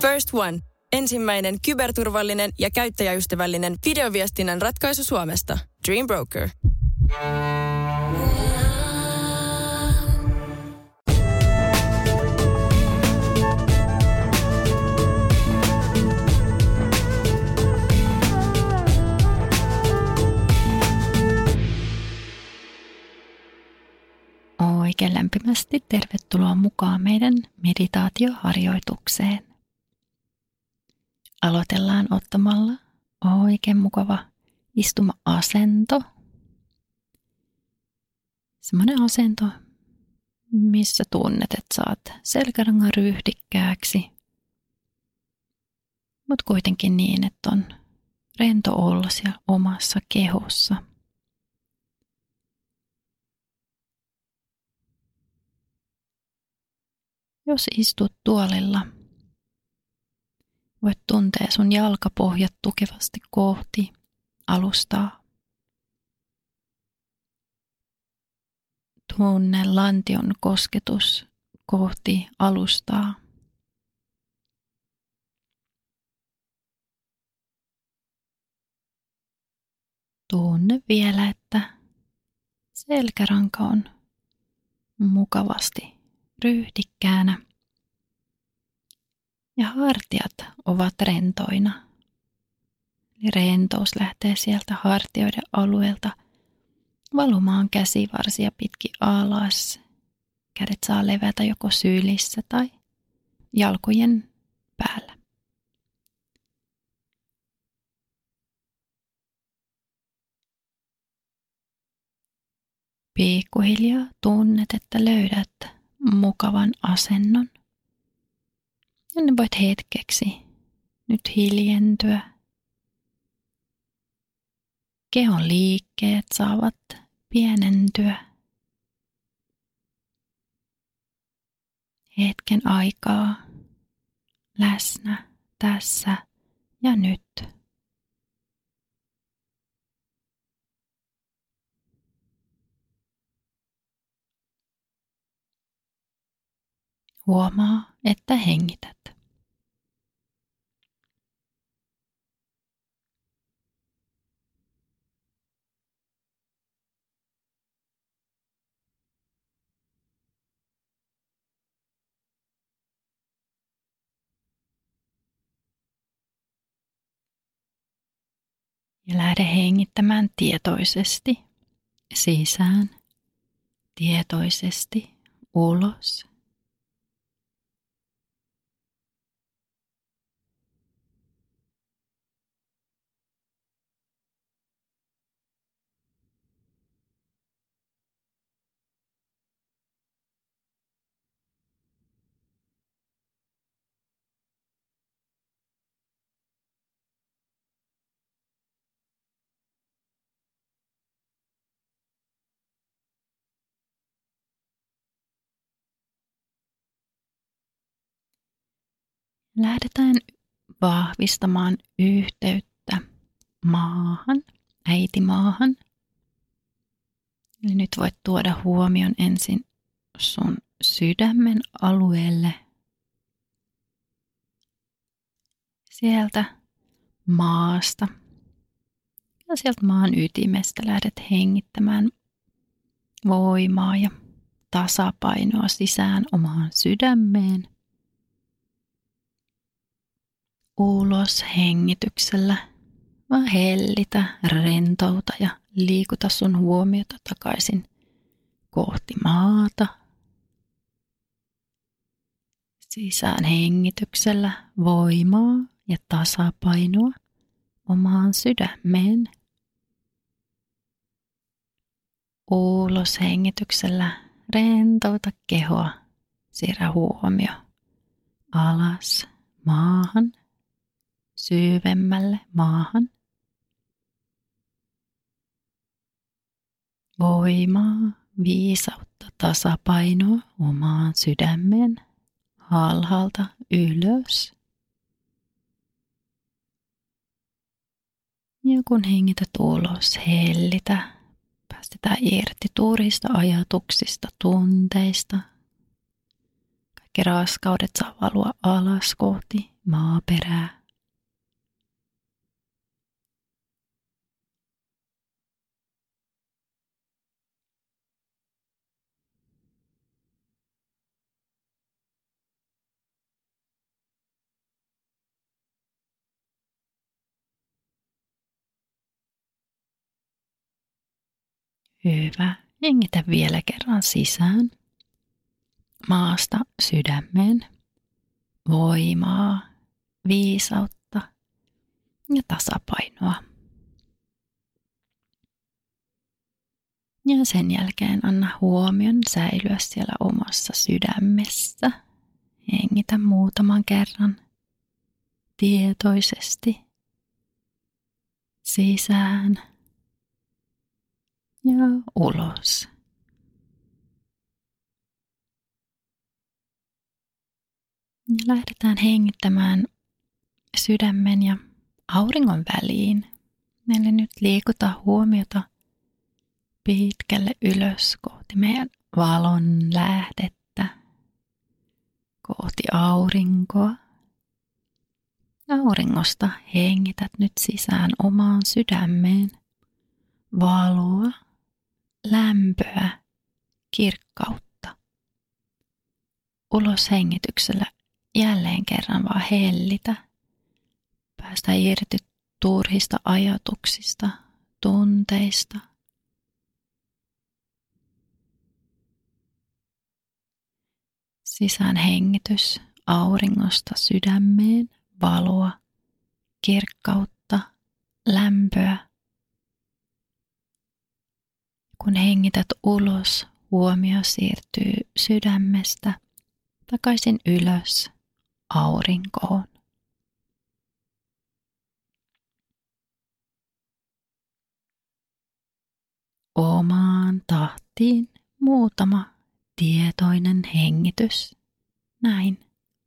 First One. Ensimmäinen kyberturvallinen ja käyttäjäystävällinen videoviestinnän ratkaisu Suomesta. Dream Broker. Oikein lämpimästi tervetuloa mukaan meidän meditaatioharjoitukseen. Aloitellaan ottamalla oikein mukava istuma-asento. Semmoinen asento, missä tunnet, että saat selkärangan ryhdikkääksi, mutta kuitenkin niin, että on rento olla siellä omassa kehossa. Jos istut tuolilla, voit tuntea sun jalkapohjat tukevasti kohti alustaa. Tunne lantion kosketus kohti alustaa. Tunne vielä, että selkäranka on mukavasti ryhdikkäänä ja hartiat ovat rentoina. Eli rentous lähtee sieltä hartioiden alueelta valumaan käsivarsia pitkin alas. Kädet saa levätä joko sylissä tai jalkojen päällä. Pikkuhiljaa tunnet, että löydät mukavan asennon. Ja ne voit hetkeksi nyt hiljentyä. Kehon liikkeet saavat pienentyä. Hetken aikaa läsnä tässä ja nyt. Huomaa, että hengität. Ja lähde hengittämään tietoisesti sisään, tietoisesti ulos. Lähdetään vahvistamaan yhteyttä maahan, äitimaahan. Eli nyt voit tuoda huomion ensin sun sydämen alueelle. Sieltä maasta ja sieltä maan ytimestä lähdet hengittämään voimaa ja tasapainoa sisään omaan sydämeen. Ulos hengityksellä, vaan hellitä, rentouta ja liikuta sun huomiota takaisin kohti maata. Sisään hengityksellä voimaa ja tasapainoa omaan sydämeen. Ulos hengityksellä rentouta kehoa, siirrä huomio alas maahan. Syvemmälle maahan. Voimaa, viisautta, tasapainoa omaan sydämeen, alhaalta ylös. Ja kun hengität ulos, hellitä, päästetään irti turhista ajatuksista, tunteista, kaikki raskaudet saa valua alas kohti maaperää. Hyvä. Hengitä vielä kerran sisään. Maasta sydämeen. Voimaa, viisautta ja tasapainoa. Ja sen jälkeen anna huomion säilyä siellä omassa sydämessä. Hengitä muutaman kerran tietoisesti sisään ja ulos. Ja lähdetään hengittämään sydämen ja auringon väliin. Eli nyt liikutaan huomiota pitkälle ylös kohti meidän valon lähdettä, kohti aurinkoa. Auringosta hengität nyt sisään omaan sydämeen valoa, lämpöä, kirkkautta. Ulos hengityksellä jälleen kerran vaan hellitä. Päästä irti turhista ajatuksista, tunteista. Sisään hengitys auringosta sydämeen, valoa, kirkkautta, lämpöä. Kun hengität ulos, huomio siirtyy sydämestä takaisin ylös aurinkoon. Omaan tahtiin muutama tietoinen hengitys. Näin.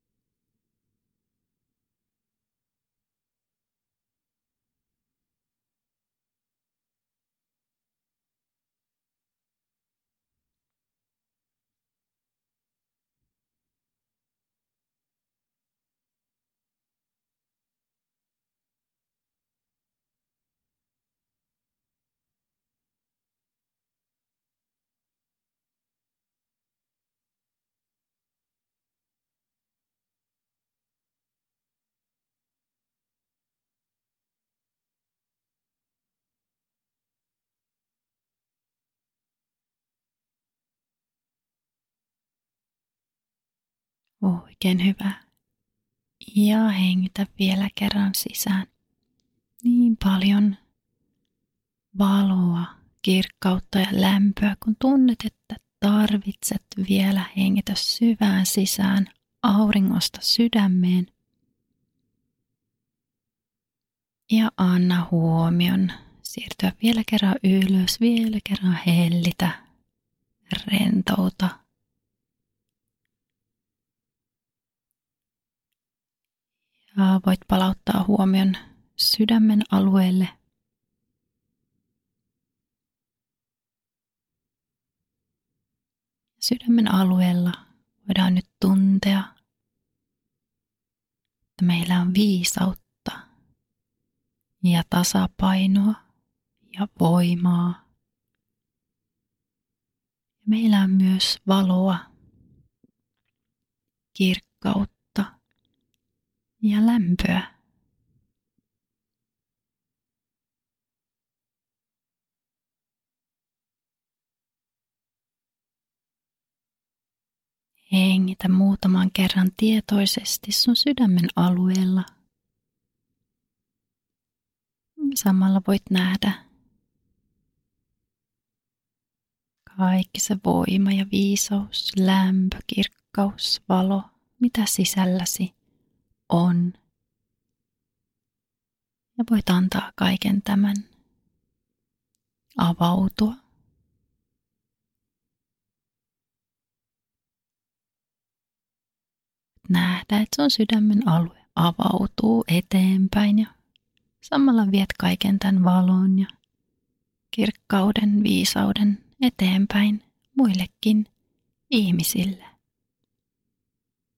Oikein hyvä. Ja hengitä vielä kerran sisään. Niin paljon valoa, kirkkautta ja lämpöä, kun tunnet, että tarvitset vielä hengitä syvään sisään auringosta sydämeen. Ja anna huomion siirtyä vielä kerran ylös, vielä kerran hellitä, rentouta. Ja voit palauttaa huomion sydämen alueelle. Sydämen alueella voidaan nyt tuntea, että meillä on viisautta ja tasapainoa ja voimaa. Meillä on myös valoa, kirkkautta ja lämpöä. Hengitä muutaman kerran tietoisesti sun sydämen alueella. Samalla voit nähdä kaikki se voima ja viisaus, lämpö, kirkkaus, valo, mitä sisälläsi on. Ja voit antaa kaiken tämän avautua. Nähdä, että sun sydämen alue avautuu eteenpäin ja samalla viet kaiken tämän valon ja kirkkauden, viisauden eteenpäin muillekin ihmisille.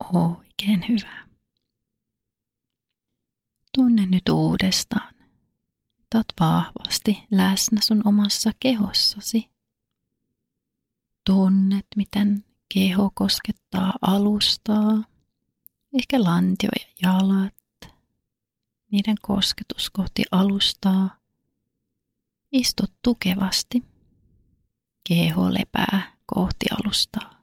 Oikein hyvä. Tunne nyt uudestaan, että oot vahvasti läsnä sun omassa kehossasi. Tunnet, miten keho koskettaa alustaa, ehkä lantio ja jalat. Niiden kosketus kohti alustaa. Istut tukevasti. Keho lepää kohti alustaa.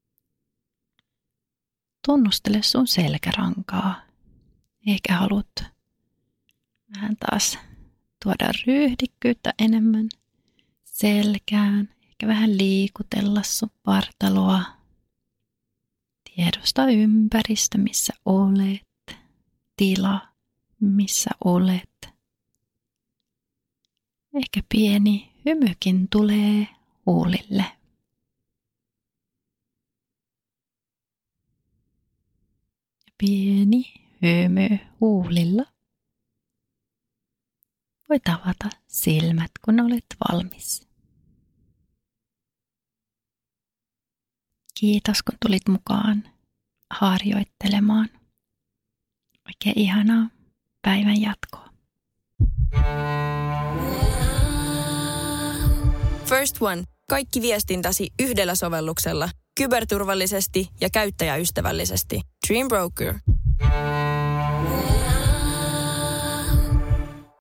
Tunnustele sun selkärankaa. Ehkä haluat vähän taas tuoda ryhdikkyyttä enemmän selkään. Ehkä vähän liikutella sun vartaloa. Tiedosta ympäristö, missä olet. Tila, missä olet. Ehkä pieni hymykin tulee huulille. Pieni hymy huulilla. Voit avata silmät, kun olet valmis. Kiitos, kun tulit mukaan harjoittelemaan. Oikein ihanaa päivän jatkoa. First One. Kaikki viestintäsi yhdellä sovelluksella. Kyberturvallisesti ja käyttäjäystävällisesti. Dream Broker.